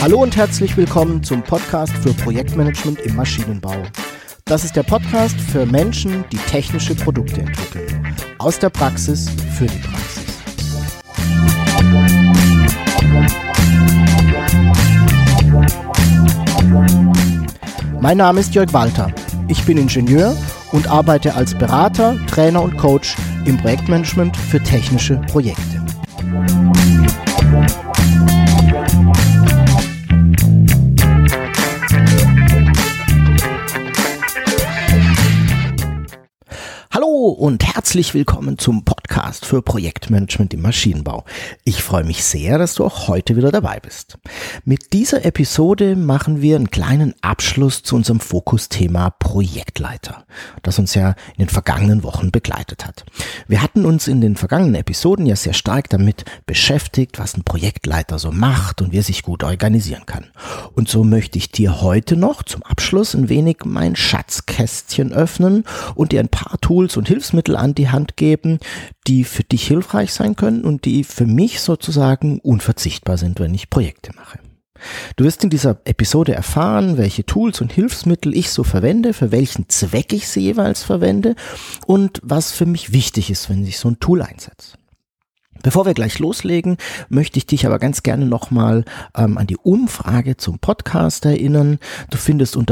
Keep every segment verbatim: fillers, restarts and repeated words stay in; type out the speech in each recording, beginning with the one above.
Hallo und herzlich willkommen zum Podcast für Projektmanagement im Maschinenbau. Das ist der Podcast für Menschen, die technische Produkte entwickeln. Aus der Praxis für die Praxis. Mein Name ist Jörg Walter. Ich bin Ingenieur und arbeite als Berater, Trainer und Coach im Projektmanagement für technische Projekte. Hallo und herzlich willkommen zum Podcast für Projektmanagement im Maschinenbau. Ich freue mich sehr, dass du auch heute wieder dabei bist. Mit dieser Episode machen wir einen kleinen Abschluss zu unserem Fokusthema Projektleiter, das uns ja in den vergangenen Wochen begleitet hat. Wir hatten uns in den vergangenen Episoden ja sehr stark damit beschäftigt, was ein Projektleiter so macht und wie er sich gut organisieren kann. Und so möchte ich dir heute noch zum Abschluss ein wenig mein Schatzkästchen öffnen und dir ein paar Tools und Hilfsmittel an die Hand geben, die für dich hilfreich sein können und die für mich sozusagen unverzichtbar sind, wenn ich Projekte mache. Du wirst in dieser Episode erfahren, welche Tools und Hilfsmittel ich so verwende, für welchen Zweck ich sie jeweils verwende und was für mich wichtig ist, wenn ich so ein Tool einsetze. Bevor wir gleich loslegen, möchte ich dich aber ganz gerne nochmal ähm, an die Umfrage zum Podcast erinnern. Du findest unter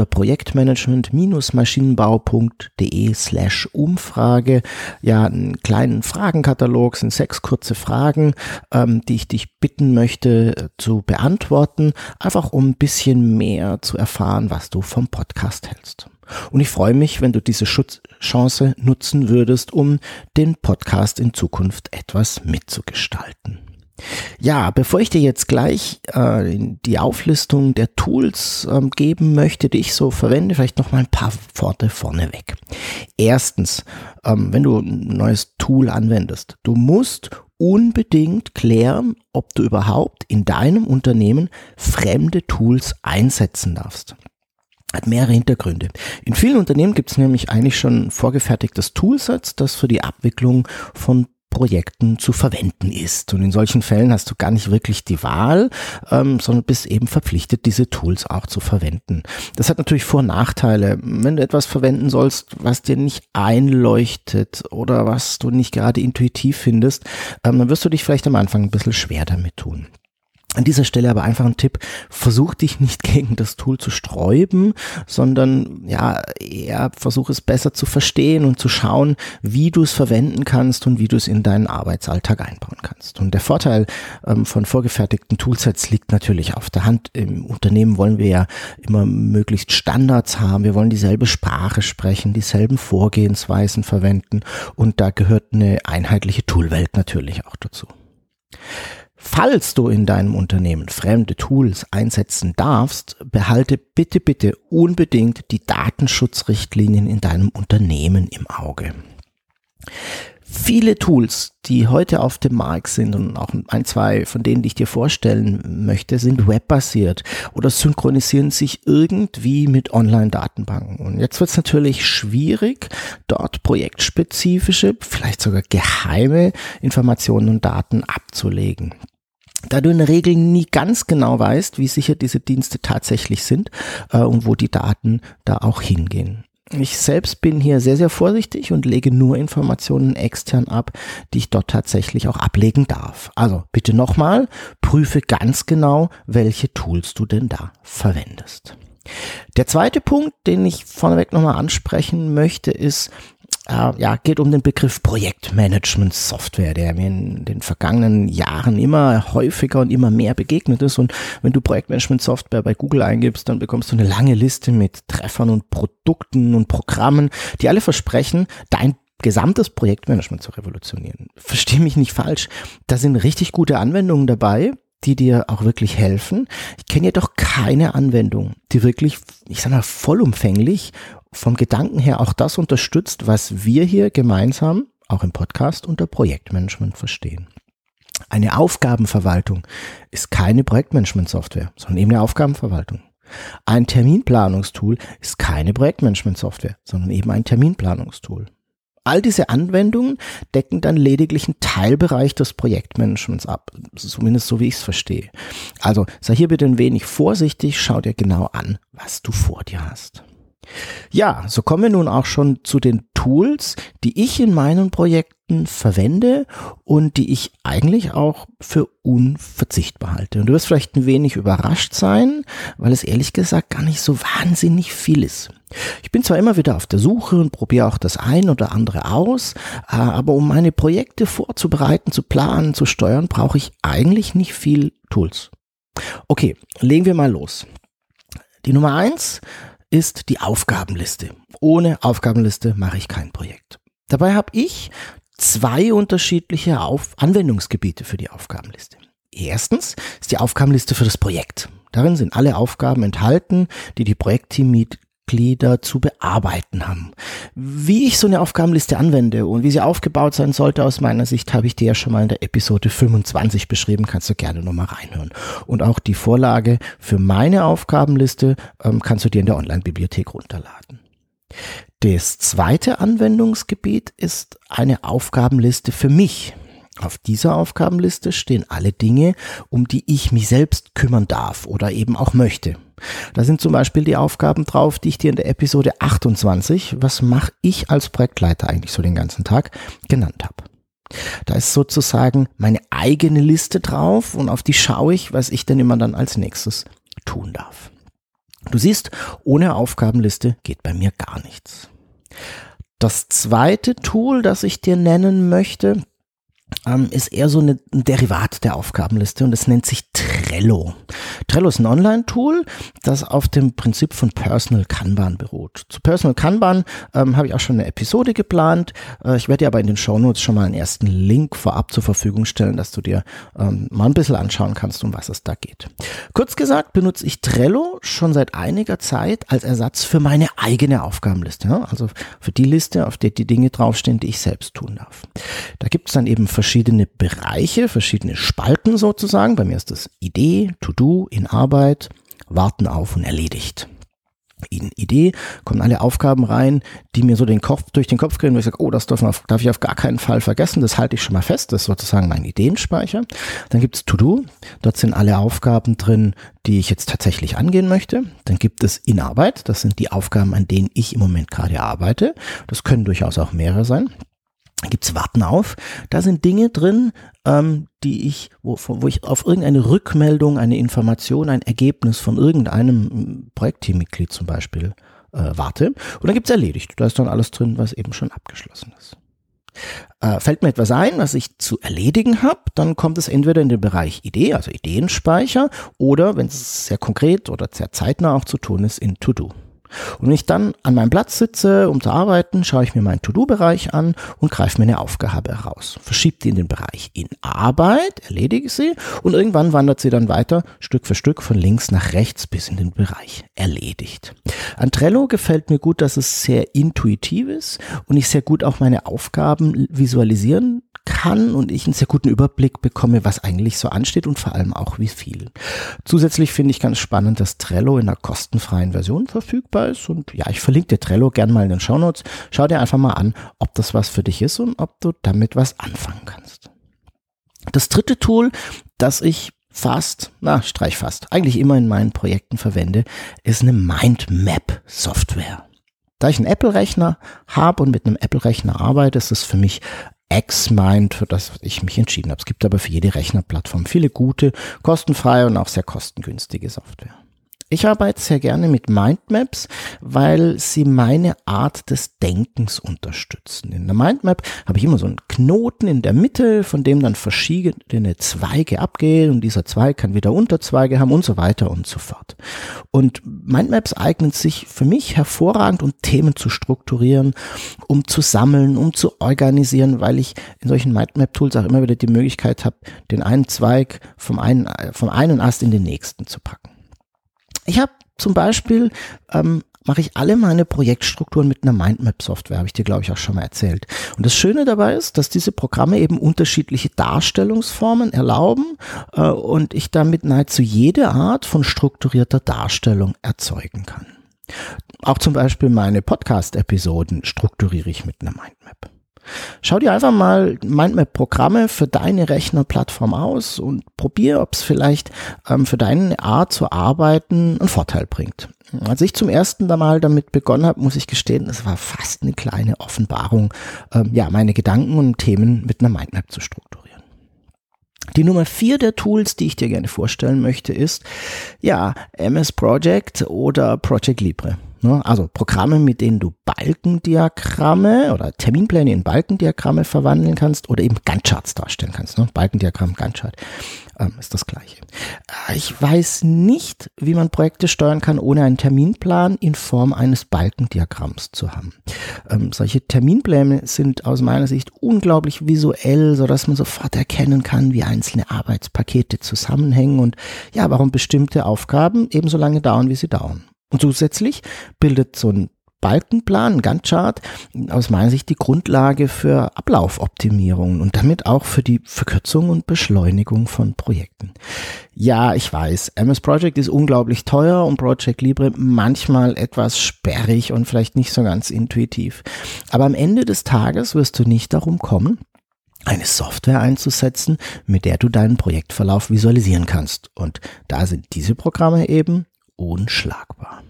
projektmanagement-maschinenbau.de slash Umfrage ja einen kleinen Fragenkatalog, sind sechs kurze Fragen, ähm, die ich dich bitten möchte äh, zu beantworten, einfach um ein bisschen mehr zu erfahren, was du vom Podcast hältst. Und ich freue mich, wenn du diese Schutzchance nutzen würdest, um den Podcast in Zukunft etwas mitzugestalten. Ja, bevor ich dir jetzt gleich äh, die Auflistung der Tools ähm, geben möchte, die ich so verwende, vielleicht noch mal ein paar Worte vorneweg. Erstens, ähm, wenn du ein neues Tool anwendest, du musst unbedingt klären, ob du überhaupt in deinem Unternehmen fremde Tools einsetzen darfst. Hat mehrere Hintergründe. In vielen Unternehmen gibt es nämlich eigentlich schon ein vorgefertigtes Toolset, das für die Abwicklung von Projekten zu verwenden ist. Und in solchen Fällen hast du gar nicht wirklich die Wahl, ähm, sondern bist eben verpflichtet, diese Tools auch zu verwenden. Das hat natürlich Vor- und Nachteile. Wenn du etwas verwenden sollst, was dir nicht einleuchtet oder was du nicht gerade intuitiv findest, ähm, dann wirst du dich vielleicht am Anfang ein bisschen schwer damit tun. An dieser Stelle aber einfach ein Tipp: Versuch dich nicht gegen das Tool zu sträuben, sondern ja eher versuch es besser zu verstehen und zu schauen, wie du es verwenden kannst und wie du es in deinen Arbeitsalltag einbauen kannst. Und der Vorteil ähm, von vorgefertigten Toolsets liegt natürlich auf der Hand. Im Unternehmen wollen wir ja immer möglichst Standards haben, wir wollen dieselbe Sprache sprechen, dieselben Vorgehensweisen verwenden und da gehört eine einheitliche Toolwelt natürlich auch dazu. Falls du in deinem Unternehmen fremde Tools einsetzen darfst, behalte bitte, bitte unbedingt die Datenschutzrichtlinien in deinem Unternehmen im Auge. Viele Tools, die heute auf dem Markt sind und auch ein, zwei von denen, die ich dir vorstellen möchte, sind webbasiert oder synchronisieren sich irgendwie mit Online-Datenbanken. Und jetzt wird es natürlich schwierig, dort projektspezifische, vielleicht sogar geheime Informationen und Daten abzulegen. Da du in der Regel nie ganz genau weißt, wie sicher diese Dienste tatsächlich sind äh, und wo die Daten da auch hingehen. Ich selbst bin hier sehr, sehr vorsichtig und lege nur Informationen extern ab, die ich dort tatsächlich auch ablegen darf. Also bitte nochmal, prüfe ganz genau, welche Tools du denn da verwendest. Der zweite Punkt, den ich vorneweg nochmal ansprechen möchte, ist, Uh, ja, geht um den Begriff Projektmanagement-Software, der mir in den vergangenen Jahren immer häufiger und immer mehr begegnet ist. Und wenn du Projektmanagement-Software bei Google eingibst, dann bekommst du eine lange Liste mit Treffern und Produkten und Programmen, die alle versprechen, dein gesamtes Projektmanagement zu revolutionieren. Versteh mich nicht falsch, da sind richtig gute Anwendungen dabei, die dir auch wirklich helfen. Ich kenne jedoch keine Anwendung, die wirklich, ich sag mal, vollumfänglich vom Gedanken her auch das unterstützt, was wir hier gemeinsam, auch im Podcast, unter Projektmanagement verstehen. Eine Aufgabenverwaltung ist keine Projektmanagement-Software, sondern eben eine Aufgabenverwaltung. Ein Terminplanungstool ist keine Projektmanagement-Software, sondern eben ein Terminplanungstool. All diese Anwendungen decken dann lediglich einen Teilbereich des Projektmanagements ab, zumindest so wie ich es verstehe. Also sei hier bitte ein wenig vorsichtig, schau dir genau an, was du vor dir hast. Ja, so kommen wir nun auch schon zu den Tools, die ich in meinen Projekten verwende und die ich eigentlich auch für unverzichtbar halte. Und du wirst vielleicht ein wenig überrascht sein, weil es ehrlich gesagt gar nicht so wahnsinnig viel ist. Ich bin zwar immer wieder auf der Suche und probiere auch das ein oder andere aus, aber um meine Projekte vorzubereiten, zu planen, zu steuern, brauche ich eigentlich nicht viel Tools. Okay, legen wir mal los. Die Nummer eins ist die Aufgabenliste. Ohne Aufgabenliste mache ich kein Projekt. Dabei habe ich zwei unterschiedliche Auf- Anwendungsgebiete für die Aufgabenliste. Erstens ist die Aufgabenliste für das Projekt. Darin sind alle Aufgaben enthalten, die die Projektteammitglieder zu bearbeiten haben. Wie ich so eine Aufgabenliste anwende und wie sie aufgebaut sein sollte aus meiner Sicht, habe ich dir ja schon mal in der Episode fünfundzwanzig beschrieben, kannst du gerne nochmal reinhören. Und auch die Vorlage für meine Aufgabenliste ähm, kannst du dir in der Online-Bibliothek runterladen. Das zweite Anwendungsgebiet ist eine Aufgabenliste für mich. Auf dieser Aufgabenliste stehen alle Dinge, um die ich mich selbst kümmern darf oder eben auch möchte. Da sind zum Beispiel die Aufgaben drauf, die ich dir in der Episode achtundzwanzig, was mache ich als Projektleiter eigentlich so den ganzen Tag, genannt habe. Da ist sozusagen meine eigene Liste drauf und auf die schaue ich, was ich denn immer dann als nächstes tun darf. Du siehst, ohne Aufgabenliste geht bei mir gar nichts. Das zweite Tool, das ich dir nennen möchte, ähm, ist eher so eine, ein Derivat der Aufgabenliste und es nennt sich Trello. Trello ist ein Online-Tool, das auf dem Prinzip von Personal Kanban beruht. Zu Personal Kanban ähm, habe ich auch schon eine Episode geplant. Äh, ich werde dir aber in den Shownotes schon mal einen ersten Link vorab zur Verfügung stellen, dass du dir ähm, mal ein bisschen anschauen kannst, um was es da geht. Kurz gesagt benutze ich Trello schon seit einiger Zeit als Ersatz für meine eigene Aufgabenliste. Ja? Also für die Liste, auf der die Dinge draufstehen, die ich selbst tun darf. Da gibt es dann eben verschiedene Bereiche, verschiedene Spalten sozusagen. Bei mir ist das Idee, To-Do, in Arbeit, Warten auf und erledigt. In Idee kommen alle Aufgaben rein, die mir so den Kopf, durch den Kopf gehen, wo ich sage, oh, das darf, man, darf ich auf gar keinen Fall vergessen, das halte ich schon mal fest, das ist sozusagen mein Ideenspeicher. Dann gibt es To-Do, dort sind alle Aufgaben drin, die ich jetzt tatsächlich angehen möchte. Dann gibt es In Arbeit, das sind die Aufgaben, an denen ich im Moment gerade arbeite. Das können durchaus auch mehrere sein. Gibt's Warten auf, da sind Dinge drin, ähm, die ich, wo, wo ich auf irgendeine Rückmeldung, eine Information, ein Ergebnis von irgendeinem Projektteammitglied zum Beispiel äh, warte. Und dann gibt's erledigt. Da ist dann alles drin, was eben schon abgeschlossen ist. Äh, fällt mir etwas ein, was ich zu erledigen habe, dann kommt es entweder in den Bereich Idee, also Ideenspeicher, oder wenn es sehr konkret oder sehr zeitnah auch zu tun ist, in To-Do. Und wenn ich dann an meinem Platz sitze, um zu arbeiten, schaue ich mir meinen To-Do-Bereich an und greife mir eine Aufgabe heraus. Verschiebe die in den Bereich in Arbeit, erledige sie und irgendwann wandert sie dann weiter, Stück für Stück von links nach rechts bis in den Bereich erledigt. An Trello gefällt mir gut, dass es sehr intuitiv ist und ich sehr gut auch meine Aufgaben visualisieren kann und ich einen sehr guten Überblick bekomme, was eigentlich so ansteht und vor allem auch wie viel. Zusätzlich finde ich ganz spannend, dass Trello in einer kostenfreien Version verfügbar ist und ja, ich verlinke dir Trello gerne mal in den Shownotes. Schau dir einfach mal an, ob das was für dich ist und ob du damit was anfangen kannst. Das dritte Tool, das ich fast, na, streich fast, eigentlich immer in meinen Projekten verwende, ist eine Mindmap-Software. Da ich einen Apple-Rechner habe und mit einem Apple-Rechner arbeite, ist es für mich Xmind, für das ich mich entschieden habe. Es gibt aber für jede Rechnerplattform viele gute, kostenfreie und auch sehr kostengünstige Software. Ich arbeite sehr gerne mit Mindmaps, weil sie meine Art des Denkens unterstützen. In der Mindmap habe ich immer so einen Knoten in der Mitte, von dem dann verschiedene Zweige abgehen und dieser Zweig kann wieder Unterzweige haben und so weiter und so fort. Und Mindmaps eignen sich für mich hervorragend, um Themen zu strukturieren, um zu sammeln, um zu organisieren, weil ich in solchen Mindmap-Tools auch immer wieder die Möglichkeit habe, den einen Zweig vom einen, vom einen Ast in den nächsten zu packen. Ich habe zum Beispiel, ähm, mache ich alle meine Projektstrukturen mit einer Mindmap-Software, habe ich dir, glaube ich, auch schon mal erzählt. Und das Schöne dabei ist, dass diese Programme eben unterschiedliche Darstellungsformen erlauben äh, und ich damit nahezu jede Art von strukturierter Darstellung erzeugen kann. Auch zum Beispiel meine Podcast-Episoden strukturiere ich mit einer Mindmap. Schau dir einfach mal Mindmap-Programme für deine Rechnerplattform aus und probier, ob es vielleicht ähm, für deine Art zu arbeiten einen Vorteil bringt. Als ich zum ersten Mal damit begonnen habe, muss ich gestehen, es war fast eine kleine Offenbarung, ähm, ja, meine Gedanken und Themen mit einer Mindmap zu strukturieren. Die Nummer vier der Tools, die ich dir gerne vorstellen möchte, ist, ja, M S Project oder Project Libre. Also Programme, mit denen du Balkendiagramme oder Terminpläne in Balkendiagramme verwandeln kannst oder eben Gantt-Charts darstellen kannst. Balkendiagramm, Gantt-Chart ähm, ist das Gleiche. Ich weiß nicht, wie man Projekte steuern kann, ohne einen Terminplan in Form eines Balkendiagramms zu haben. Ähm, solche Terminpläne sind aus meiner Sicht unglaublich visuell, sodass man sofort erkennen kann, wie einzelne Arbeitspakete zusammenhängen und ja, warum bestimmte Aufgaben ebenso lange dauern, wie sie dauern. Und zusätzlich bildet so ein Balkenplan, ein Gantt-Chart, aus meiner Sicht die Grundlage für Ablaufoptimierung und damit auch für die Verkürzung und Beschleunigung von Projekten. Ja, ich weiß, M S Project ist unglaublich teuer und Project Libre manchmal etwas sperrig und vielleicht nicht so ganz intuitiv. Aber am Ende des Tages wirst du nicht darum kommen, eine Software einzusetzen, mit der du deinen Projektverlauf visualisieren kannst. Und da sind diese Programme eben unschlagbar.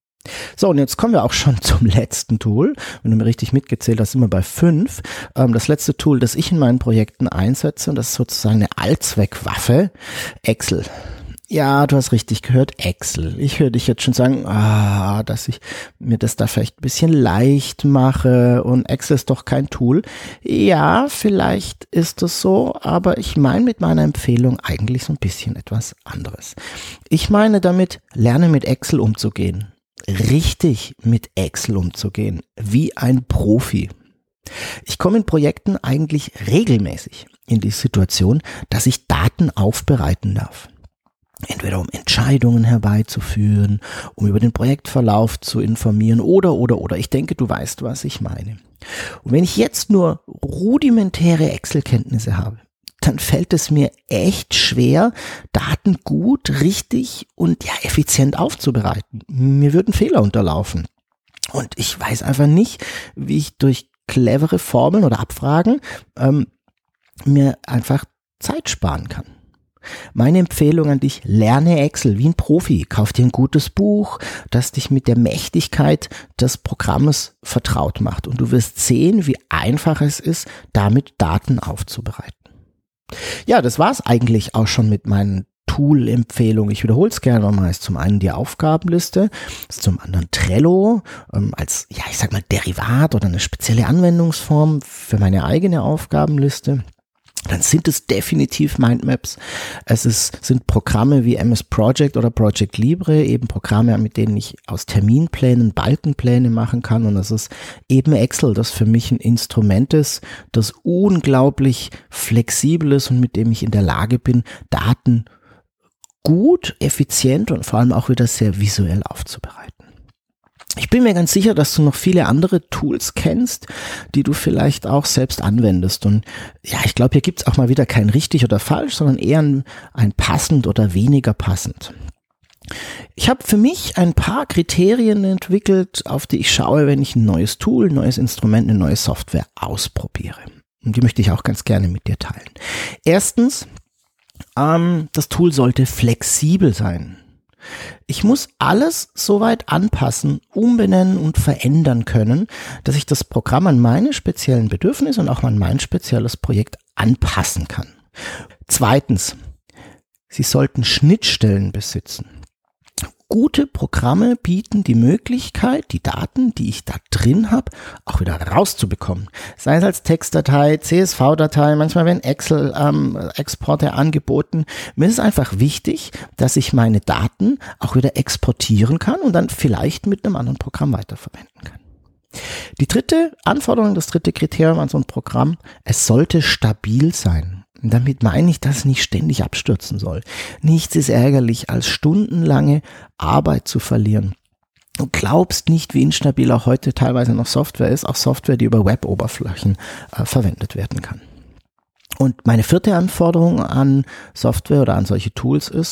So, und jetzt kommen wir auch schon zum letzten Tool. Wenn du mir richtig mitgezählt hast, sind wir bei fünf. Ähm, das letzte Tool, das ich in meinen Projekten einsetze, und das ist sozusagen eine Allzweckwaffe, Excel. Ja, du hast richtig gehört, Excel. Ich höre dich jetzt schon sagen, ah, dass ich mir das da vielleicht ein bisschen leicht mache und Excel ist doch kein Tool. Ja, vielleicht ist es so, aber ich meine mit meiner Empfehlung eigentlich so ein bisschen etwas anderes. Ich meine damit, lerne mit Excel umzugehen. Richtig mit Excel umzugehen, wie ein Profi. Ich komme in Projekten eigentlich regelmäßig in die Situation, dass ich Daten aufbereiten darf. Entweder um Entscheidungen herbeizuführen, um über den Projektverlauf zu informieren oder, oder, oder. Ich denke, du weißt, was ich meine. Und wenn ich jetzt nur rudimentäre Excel-Kenntnisse habe, dann fällt es mir echt schwer, Daten gut, richtig und ja effizient aufzubereiten. Mir würden Fehler unterlaufen. Und ich weiß einfach nicht, wie ich durch clevere Formeln oder Abfragen ähm, mir einfach Zeit sparen kann. Meine Empfehlung an dich, lerne Excel wie ein Profi. Kauf dir ein gutes Buch, das dich mit der Mächtigkeit des Programmes vertraut macht. Und du wirst sehen, wie einfach es ist, damit Daten aufzubereiten. Ja, das war's eigentlich auch schon mit meinen Tool-Empfehlungen. Ich wiederhole es gerne nochmal. Ist zum einen die Aufgabenliste, ist zum anderen Trello ähm, als, ja, ich sag mal, Derivat oder eine spezielle Anwendungsform für meine eigene Aufgabenliste. Dann sind es definitiv Mindmaps. Es ist, sind Programme wie M S Project oder Project Libre, eben Programme, mit denen ich aus Terminplänen Balkenpläne machen kann. Und es ist eben Excel, das für mich ein Instrument ist, das unglaublich flexibel ist und mit dem ich in der Lage bin, Daten gut, effizient und vor allem auch wieder sehr visuell aufzubereiten. Ich bin mir ganz sicher, dass du noch viele andere Tools kennst, die du vielleicht auch selbst anwendest. Und ja, ich glaube, hier gibt es auch mal wieder kein richtig oder falsch, sondern eher ein, ein passend oder weniger passend. Ich habe für mich ein paar Kriterien entwickelt, auf die ich schaue, wenn ich ein neues Tool, ein neues Instrument, eine neue Software ausprobiere. Und die möchte ich auch ganz gerne mit dir teilen. Erstens, ähm, das Tool sollte flexibel sein. Ich muss alles soweit anpassen, umbenennen und verändern können, dass ich das Programm an meine speziellen Bedürfnisse und auch an mein spezielles Projekt anpassen kann. Zweitens, sie sollten Schnittstellen besitzen. Gute Programme bieten die Möglichkeit, die Daten, die ich da drin habe, auch wieder rauszubekommen. Sei es als Textdatei, C S V-Datei, manchmal werden Excel-Exporte angeboten. Mir ist es einfach wichtig, dass ich meine Daten auch wieder exportieren kann und dann vielleicht mit einem anderen Programm weiterverwenden kann. Die dritte Anforderung, das dritte Kriterium an so ein Programm, es sollte stabil sein. Und damit meine ich, dass es nicht ständig abstürzen soll. Nichts ist ärgerlich, als stundenlange Arbeit zu verlieren. Du glaubst nicht, wie instabil auch heute teilweise noch Software ist, auch Software, die über Web-Oberflächen äh, verwendet werden kann. Und meine vierte Anforderung an Software oder an solche Tools ist,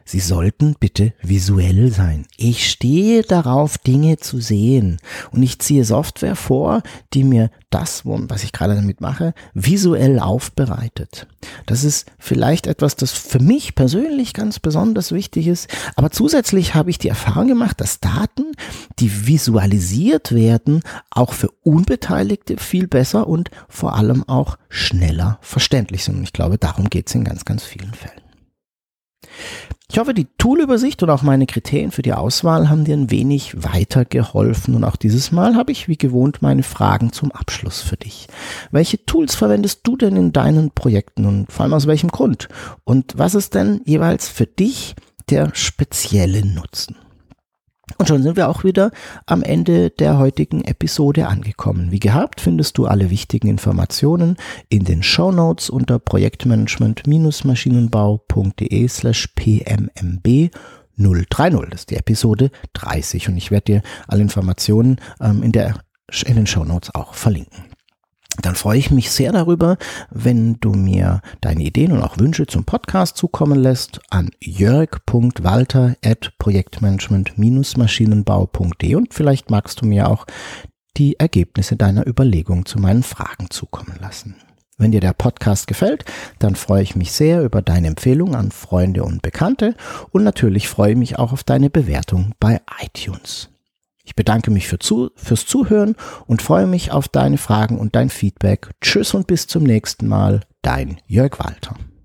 sie sollten bitte visuell sein. Ich stehe darauf, Dinge zu sehen und ich ziehe Software vor, die mir das, was ich gerade damit mache, visuell aufbereitet. Das ist vielleicht etwas, das für mich persönlich ganz besonders wichtig ist, aber zusätzlich habe ich die Erfahrung gemacht, dass Daten, die visualisiert werden, auch für Unbeteiligte viel besser und vor allem auch schneller verständlich sind. Und ich glaube, darum geht es in ganz, ganz vielen Fällen. Ich hoffe, die Toolübersicht und auch meine Kriterien für die Auswahl haben dir ein wenig weitergeholfen und auch dieses Mal habe ich wie gewohnt meine Fragen zum Abschluss für dich. Welche Tools verwendest du denn in deinen Projekten und vor allem aus welchem Grund? Und was ist denn jeweils für dich der spezielle Nutzen? Und schon sind wir auch wieder am Ende der heutigen Episode angekommen. Wie gehabt findest du alle wichtigen Informationen in den Shownotes unter projektmanagement-maschinenbau.de slash pmmb null dreißig. Das ist die Episode dreißig und ich werde dir alle Informationen ähm, in, der, in den Shownotes auch verlinken. Dann freue ich mich sehr darüber, wenn du mir deine Ideen und auch Wünsche zum Podcast zukommen lässt an jörg punkt walter at projektmanagement-maschinenbau punkt de und vielleicht magst du mir auch die Ergebnisse deiner Überlegung zu meinen Fragen zukommen lassen. Wenn dir der Podcast gefällt, dann freue ich mich sehr über deine Empfehlung an Freunde und Bekannte und natürlich freue ich mich auch auf deine Bewertung bei iTunes. Ich bedanke mich für zu, fürs Zuhören und freue mich auf deine Fragen und dein Feedback. Tschüss und bis zum nächsten Mal, dein Jörg Walter.